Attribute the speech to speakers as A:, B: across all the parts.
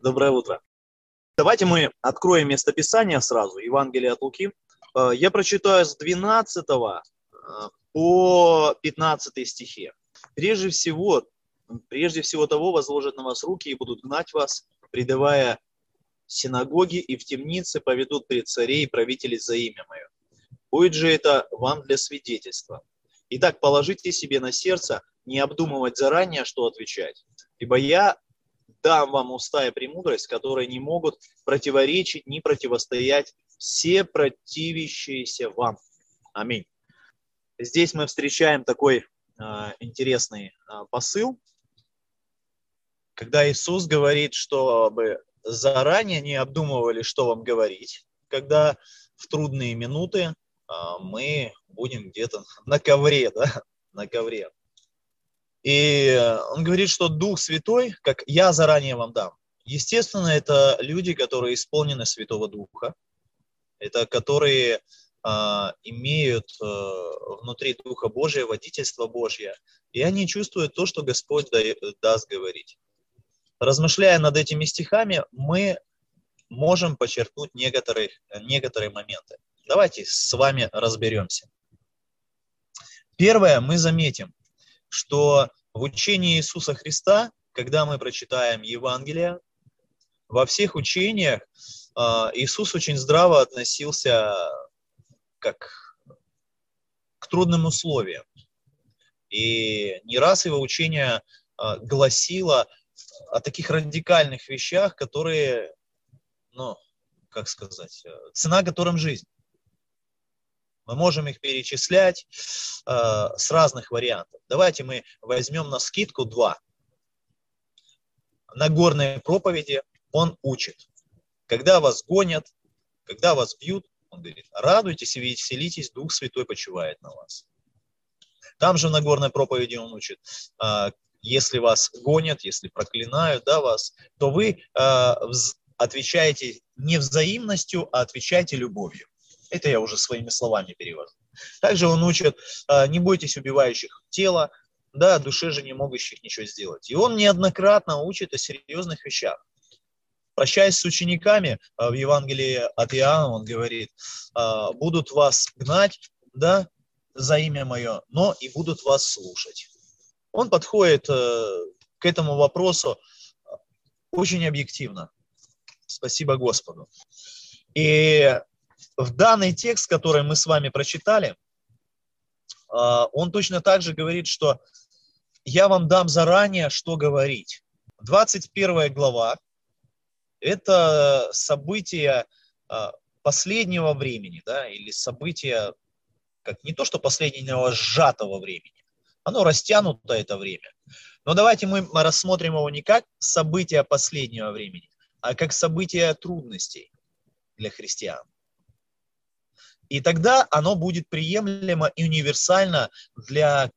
A: Доброе утро. Давайте мы откроем местописание сразу, Евангелие от Луки. Я прочитаю с 12 по 15 стихи. Прежде всего того возложат на вас руки и будут гнать вас, предавая в синагоги и в темницы, поведут пред царей и правителей за имя мое. Будет же это вам для свидетельства. Итак, положите себе на сердце не обдумывать заранее, что отвечать. Ибо я дам вам уста и премудрость, которые не могут противоречить ни противостоять все противящиеся вам. Аминь. Здесь мы встречаем такой интересный посыл, когда Иисус говорит, чтобы заранее не обдумывали, что вам говорить, когда в трудные минуты мы будем где-то на ковре, да, на ковре. И он говорит, что Дух Святой, как я заранее вам дам. Естественно, это люди, которые исполнены Святого Духа, это которые имеют внутри Духа Божия водительство Божье, и они чувствуют то, что Господь даст говорить. Размышляя над этими стихами, мы можем подчеркнуть некоторые моменты. Давайте с вами разберемся. Первое, мы заметим, что в учении Иисуса Христа, когда мы прочитаем Евангелие, во всех учениях Иисус очень здраво относился к трудным условиям. И не раз его учение гласило о таких радикальных вещах, которые, цена которым жизнь. Мы можем их перечислять с разных вариантов. Давайте мы возьмем на скидку два. На Нагорной проповеди он учит. Когда вас гонят, когда вас бьют, он говорит, радуйтесь и веселитесь, Дух Святой почивает на вас. Там же в Нагорной проповеди он учит, если вас гонят, если проклинают вас, то вы отвечаете не взаимностью, а отвечайте любовью. Это я уже своими словами перевожу. Также он учит, не бойтесь убивающих тело, душе же не могущих ничего сделать. И он неоднократно учит о серьезных вещах. Прощаясь с учениками в Евангелии от Иоанна, он говорит, будут вас гнать, за имя мое, но и будут вас слушать. Он подходит к этому вопросу очень объективно. Спасибо Господу. И в данный текст, который мы с вами прочитали, он точно так же говорит, что я вам дам заранее, что говорить. 21 глава – это события последнего времени, или события, как не то что последнего сжатого времени, оно растянуто это время. Но давайте мы рассмотрим его не как события последнего времени, а как события трудностей для христиан. И тогда оно будет приемлемо и универсально для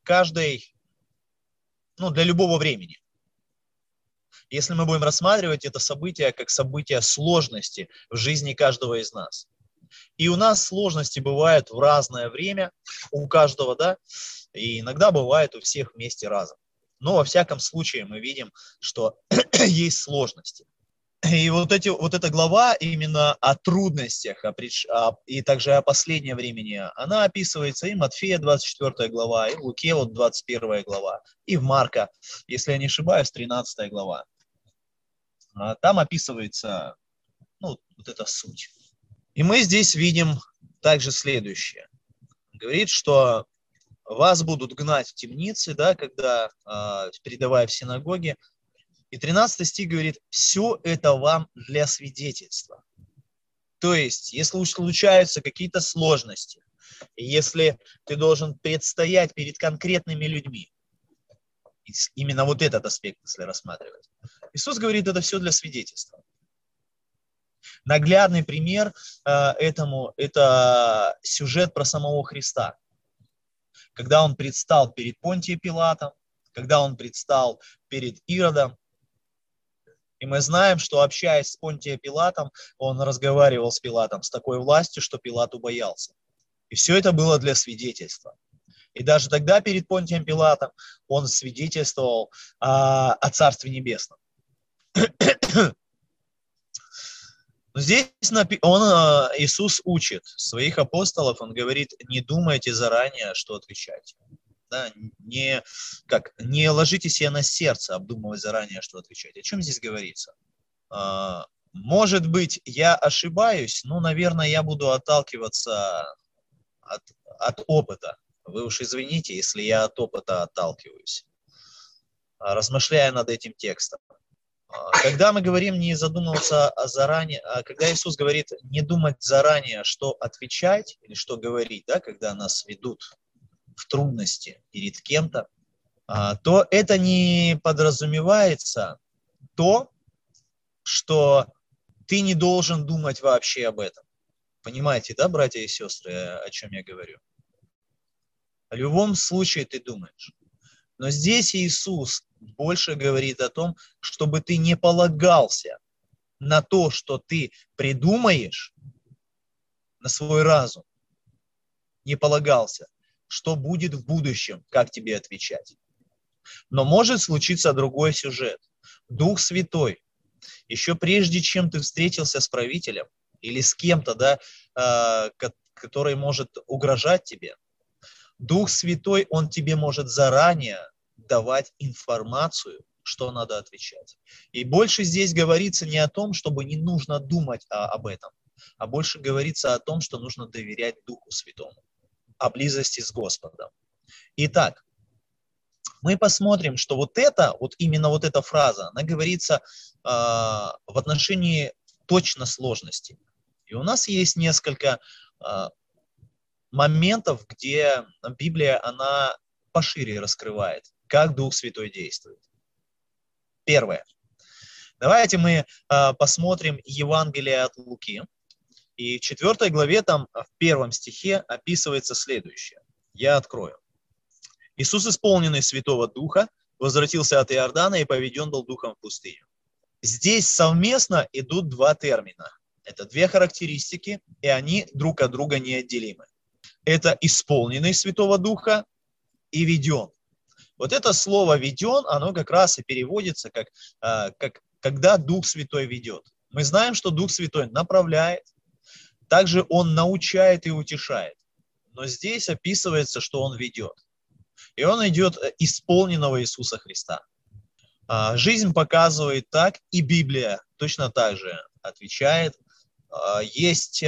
A: для любого времени. Если мы будем рассматривать это событие как событие сложности в жизни каждого из нас. И у нас сложности бывают в разное время, у каждого, и иногда бывает у всех вместе разом. Но во всяком случае мы видим, что есть сложности. И вот эта глава именно о трудностях, и также о последнем времени, она описывается и в Матфея 24 глава, и в Луке 21 глава, и в Марка, если я не ошибаюсь, 13 глава. Там описывается вот эта суть. И мы здесь видим также следующее. Говорит, что вас будут гнать в темницы, когда передавая в синагоге. И 13 стих говорит, все это вам для свидетельства. То есть, если случаются какие-то сложности, если ты должен предстоять перед конкретными людьми, именно вот этот аспект, если рассматривать, Иисус говорит, это все для свидетельства. Наглядный пример этому – это сюжет про самого Христа. Когда он предстал перед Понтием Пилатом, когда он предстал перед Иродом, и мы знаем, что, общаясь с Понтием Пилатом, он разговаривал с Пилатом с такой властью, что Пилат убоялся. И все это было для свидетельства. И даже тогда перед Понтием Пилатом он свидетельствовал о Царстве Небесном. Но здесь Иисус учит своих апостолов, он говорит, не думайте заранее, что отвечать. Да, не ложите себе на сердце, обдумывая заранее, что отвечать. О чем здесь говорится? Может быть, я ошибаюсь, но, наверное, я буду отталкиваться от опыта. Вы уж извините, если я от опыта отталкиваюсь, размышляя над этим текстом. Когда мы говорим не задумываться заранее, когда Иисус говорит не думать заранее, что отвечать или что говорить, да, когда нас ведут в трудности перед кем-то, то это не подразумевается то, что ты не должен думать вообще об этом. Понимаете, да, братья и сестры, о чем я говорю? В любом случае ты думаешь. Но здесь Иисус больше говорит о том, чтобы ты не полагался на то, что ты придумаешь, на свой разум, не полагался, что будет в будущем, как тебе отвечать. Но может случиться другой сюжет. Дух Святой, еще прежде, чем ты встретился с правителем или с кем-то, да, который может угрожать тебе, Дух Святой, Он тебе может заранее давать информацию, что надо отвечать. И больше здесь говорится не о том, чтобы не нужно думать об этом, а больше говорится о том, что нужно доверять Духу Святому, о близости с Господом. Итак, мы посмотрим, что именно вот эта фраза, она говорится в отношении точно сложности. И у нас есть несколько моментов, где Библия, она пошире раскрывает, как Дух Святой действует. Первое. Давайте мы посмотрим Евангелие от Луки. И в 4 главе, там в 1 стихе описывается следующее. Я открою. Иисус, исполненный Святого Духа, возвратился от Иордана и поведен был Духом в пустыню. Здесь совместно идут два термина. Это две характеристики, и они друг от друга неотделимы. Это исполненный Святого Духа и веден. Вот это слово «веден», оно как раз и переводится как «когда Дух Святой ведет». Мы знаем, что Дух Святой направляет, также Он научает и утешает. Но здесь описывается, что Он ведет. И Он идет исполненного Иисуса Христа. Жизнь показывает так, и Библия точно так же отвечает. Есть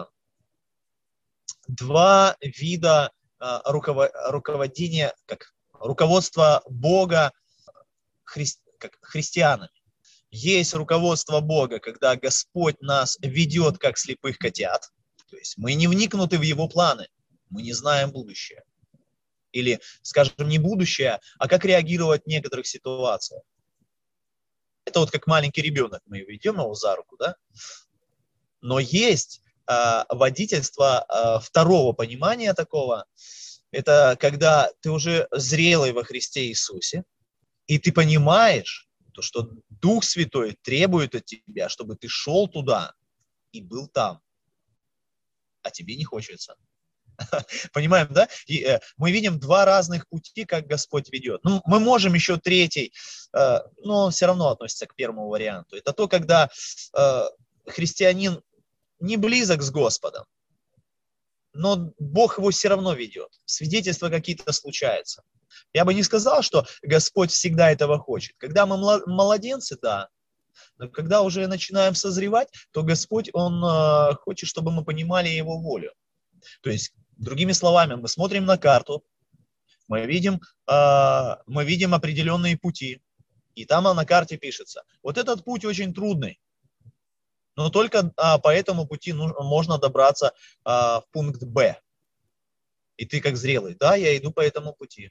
A: два вида руководения, руководства Бога христианами. Есть руководство Бога, когда Господь нас ведет, как слепых котят. То есть мы не вникнуты в Его планы, мы не знаем будущее. Или, скажем, не будущее, а как реагировать в некоторых ситуациях. Это вот как маленький ребенок, мы ведем его за руку, да? Но есть водительство второго понимания такого. Это когда ты уже зрелый во Христе Иисусе, и ты понимаешь, что Дух Святой требует от тебя, чтобы ты шел туда и был там, а тебе не хочется. Понимаем, да? И мы видим два разных пути, как Господь ведет. Ну, мы можем еще третий, но он все равно относится к первому варианту. Это то, когда христианин не близок с Господом, но Бог его все равно ведет. Свидетельства какие-то случаются. Я бы не сказал, что Господь всегда этого хочет. Когда мы младенцы, да. Но когда уже начинаем созревать, то Господь, Он хочет, чтобы мы понимали Его волю. То есть, другими словами, мы смотрим на карту, мы видим определенные пути, и там на карте пишется, вот этот путь очень трудный, но только по этому пути можно добраться в пункт Б. И ты как зрелый, да, я иду по этому пути.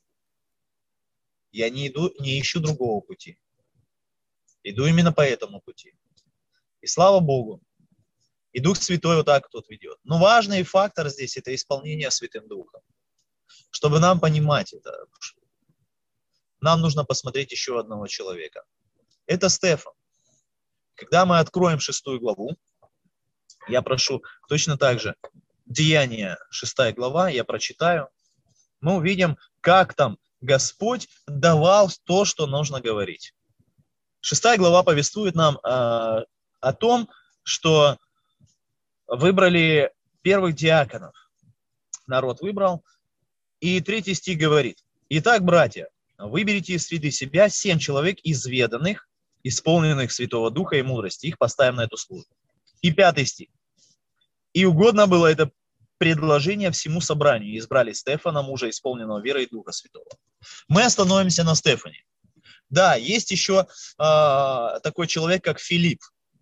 A: Я не ищу другого пути. Иду именно по этому пути. И слава Богу. И Дух Святой вот так тут ведет. Но важный фактор здесь – это исполнение Святым Духом. Чтобы нам понимать это, нам нужно посмотреть еще одного человека. Это Стефан. Когда мы откроем 6 главу, я прошу точно так же, Деяния 6 глава, я прочитаю, мы увидим, как там Господь давал то, что нужно говорить. 6 глава повествует нам о том, что выбрали первых диаконов. Народ выбрал. И 3 стих говорит: «Итак, братья, выберите среди себя 7 человек изведанных, исполненных Святого Духа и мудрости, их поставим на эту службу». И 5 стих. «И угодно было это предложение всему собранию, и избрали Стефана, мужа, исполненного верой и Духа Святого». Мы остановимся на Стефане. Да, есть еще такой человек, как Филипп.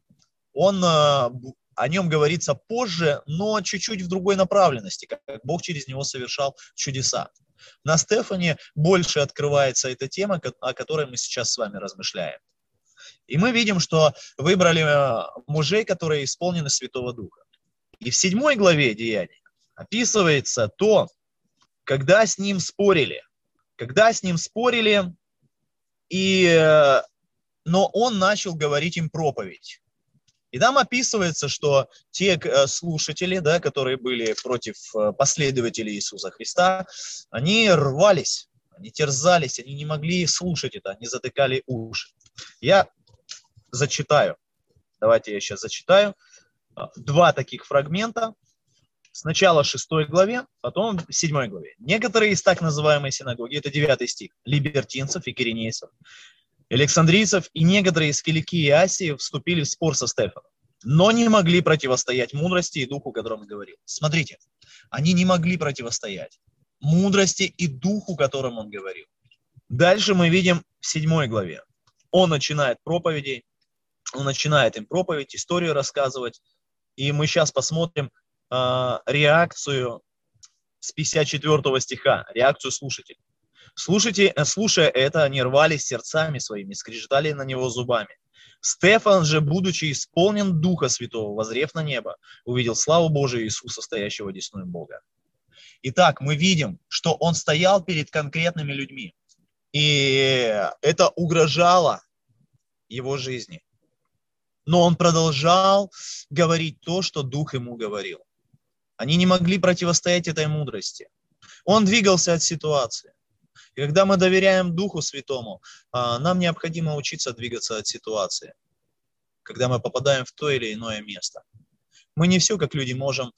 A: О нем говорится позже, но чуть-чуть в другой направленности, как Бог через него совершал чудеса. На Стефане больше открывается эта тема, о которой мы сейчас с вами размышляем. И мы видим, что выбрали мужей, которые исполнены Святого Духа. И в 7 главе Деяний описывается то, когда с ним спорили. Но он начал говорить им проповедь. И там описывается, что те слушатели, да, которые были против последователей Иисуса Христа, они рвались, они терзались, они не могли слушать это, они затыкали уши. Я зачитаю, давайте я сейчас зачитаю 2 таких фрагмента. Сначала в 6 главе, потом в 7 главе. Некоторые из так называемой синагоги, это 9 стих, либертинцев и киринейцев, александрийцев и некоторые из Киликии и Асии вступили в спор со Стефаном, но не могли противостоять мудрости и духу, о котором он говорил. Смотрите, они не могли противостоять мудрости и духу, о котором он говорил. Дальше мы видим в 7 главе. Он начинает проповеди, он начинает им проповедь, историю рассказывать, и мы сейчас посмотрим реакцию с 54 стиха, реакцию слушателей. Слушая это, они рвались сердцами своими, скрежетали на него зубами. Стефан же, будучи исполнен Духа Святого, воззрев на небо, увидел славу Божию Иисуса, стоящего одесную Бога. Итак, мы видим, что он стоял перед конкретными людьми, и это угрожало его жизни. Но он продолжал говорить то, что Дух ему говорил. Они не могли противостоять этой мудрости. Он двигался от ситуации. И когда мы доверяем Духу Святому, нам необходимо учиться двигаться от ситуации, когда мы попадаем в то или иное место. Мы не все, как люди, можем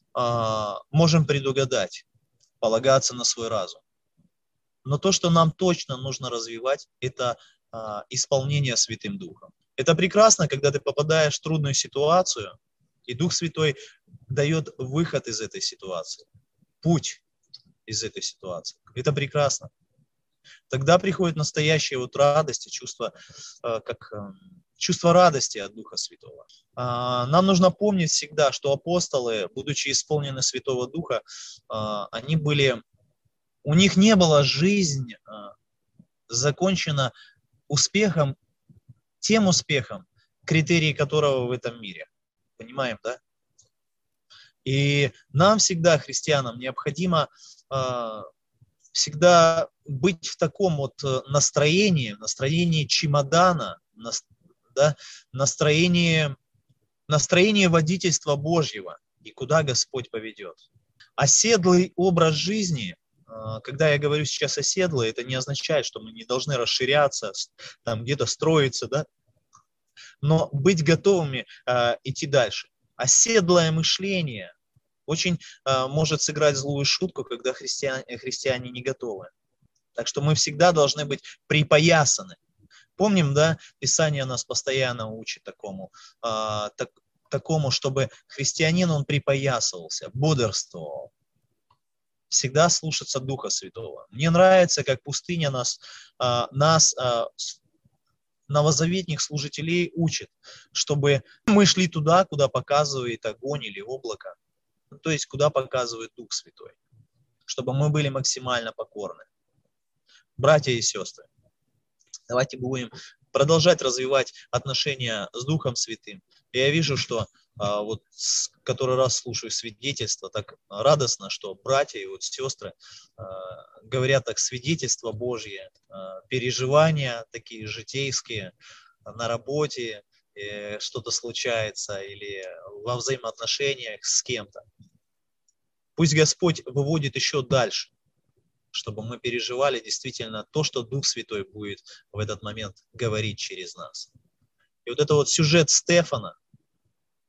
A: предугадать, полагаться на свой разум. Но то, что нам точно нужно развивать, это исполнение Святым Духом. Это прекрасно, когда ты попадаешь в трудную ситуацию, и Дух Святой дает выход из этой ситуации, путь из этой ситуации. Это прекрасно. Тогда приходит настоящая радость и чувство радости от Духа Святого. Нам нужно помнить всегда, что апостолы, будучи исполнены Святого Духа, у них не была жизнь закончена успехом, тем успехом, критерии которого в этом мире. Понимаем, да? И нам всегда, христианам, необходимо всегда быть в таком настроении чемодана, настроении водительства Божьего, и куда Господь поведет. Оседлый образ жизни, когда я говорю сейчас оседлый, это не означает, что мы не должны расширяться, там где-то строиться, да? Но быть готовыми идти дальше. Оседлое мышление очень может сыграть злую шутку, когда христиане не готовы. Так что мы всегда должны быть припоясаны. Помним, да, Писание нас постоянно учит такому, чтобы христианин, он припоясывался, бодрствовал. Всегда слушаться Духа Святого. Мне нравится, как пустыня нас новозаветных служителей учит, чтобы мы шли туда, куда показывает огонь или облако, то есть куда показывает Дух Святой, чтобы мы были максимально покорны. Братья и сестры, давайте будем продолжать развивать отношения с Духом Святым. Я вижу, что который раз слушаю свидетельства, так радостно, что братья и сестры говорят так, свидетельства Божьи, переживания такие житейские на работе, что-то случается или во взаимоотношениях с кем-то. Пусть Господь выводит еще дальше, чтобы мы переживали действительно то, что Дух Святой будет в этот момент говорить через нас. И это сюжет Стефана,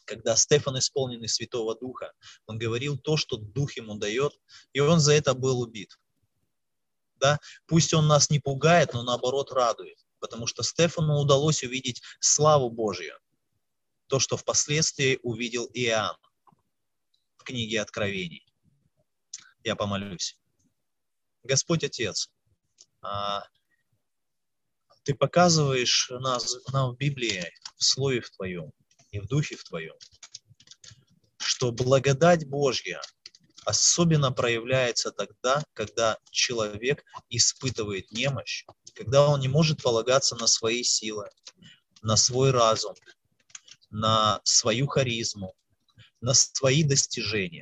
A: Когда Стефан, исполненный Святого Духа, он говорил то, что Дух ему дает, и он за это был убит. Да? Пусть он нас не пугает, но наоборот радует, потому что Стефану удалось увидеть славу Божью, то, что впоследствии увидел Иоанн в книге Откровений. Я помолюсь. Господь Отец, Ты показываешь нам в Библии, в Слове в Твоем и в Духе в Твоем, что благодать Божья особенно проявляется тогда, когда человек испытывает немощь, когда он не может полагаться на свои силы, на свой разум, на свою харизму, на свои достижения.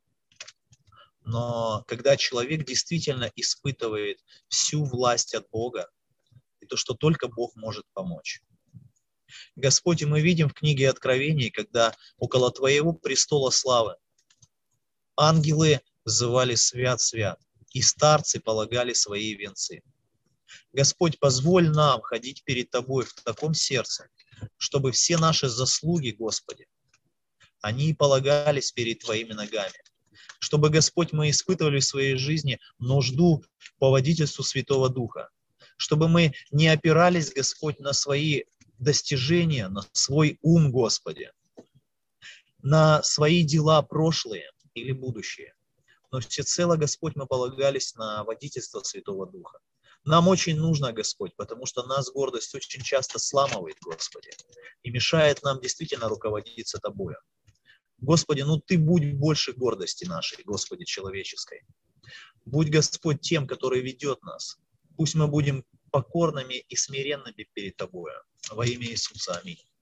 A: Но когда человек действительно испытывает всю власть от Бога, и то, что только Бог может помочь. Господь, и мы видим в книге Откровений, когда около Твоего престола славы ангелы взывали «Свят, свят», и старцы полагали свои венцы. Господь, позволь нам ходить перед Тобой в таком сердце, чтобы все наши заслуги, Господи, они полагались перед Твоими ногами. Чтобы, Господь, мы испытывали в своей жизни нужду по водительству Святого Духа. Чтобы мы не опирались, Господь, на свои достижения, на свой ум, Господи, на свои дела прошлые или будущее. Но всецело, Господь, мы полагались на водительство Святого Духа. Нам очень нужно, Господь, потому что нас гордость очень часто сламывает, Господи, и мешает нам действительно руководиться Тобою. Господи, Ты будь больше гордости нашей, Господи, человеческой. Будь, Господь, тем, который ведет нас. Пусть мы будем покорными и смиренными перед Тобою. Во имя Иисуса. Аминь.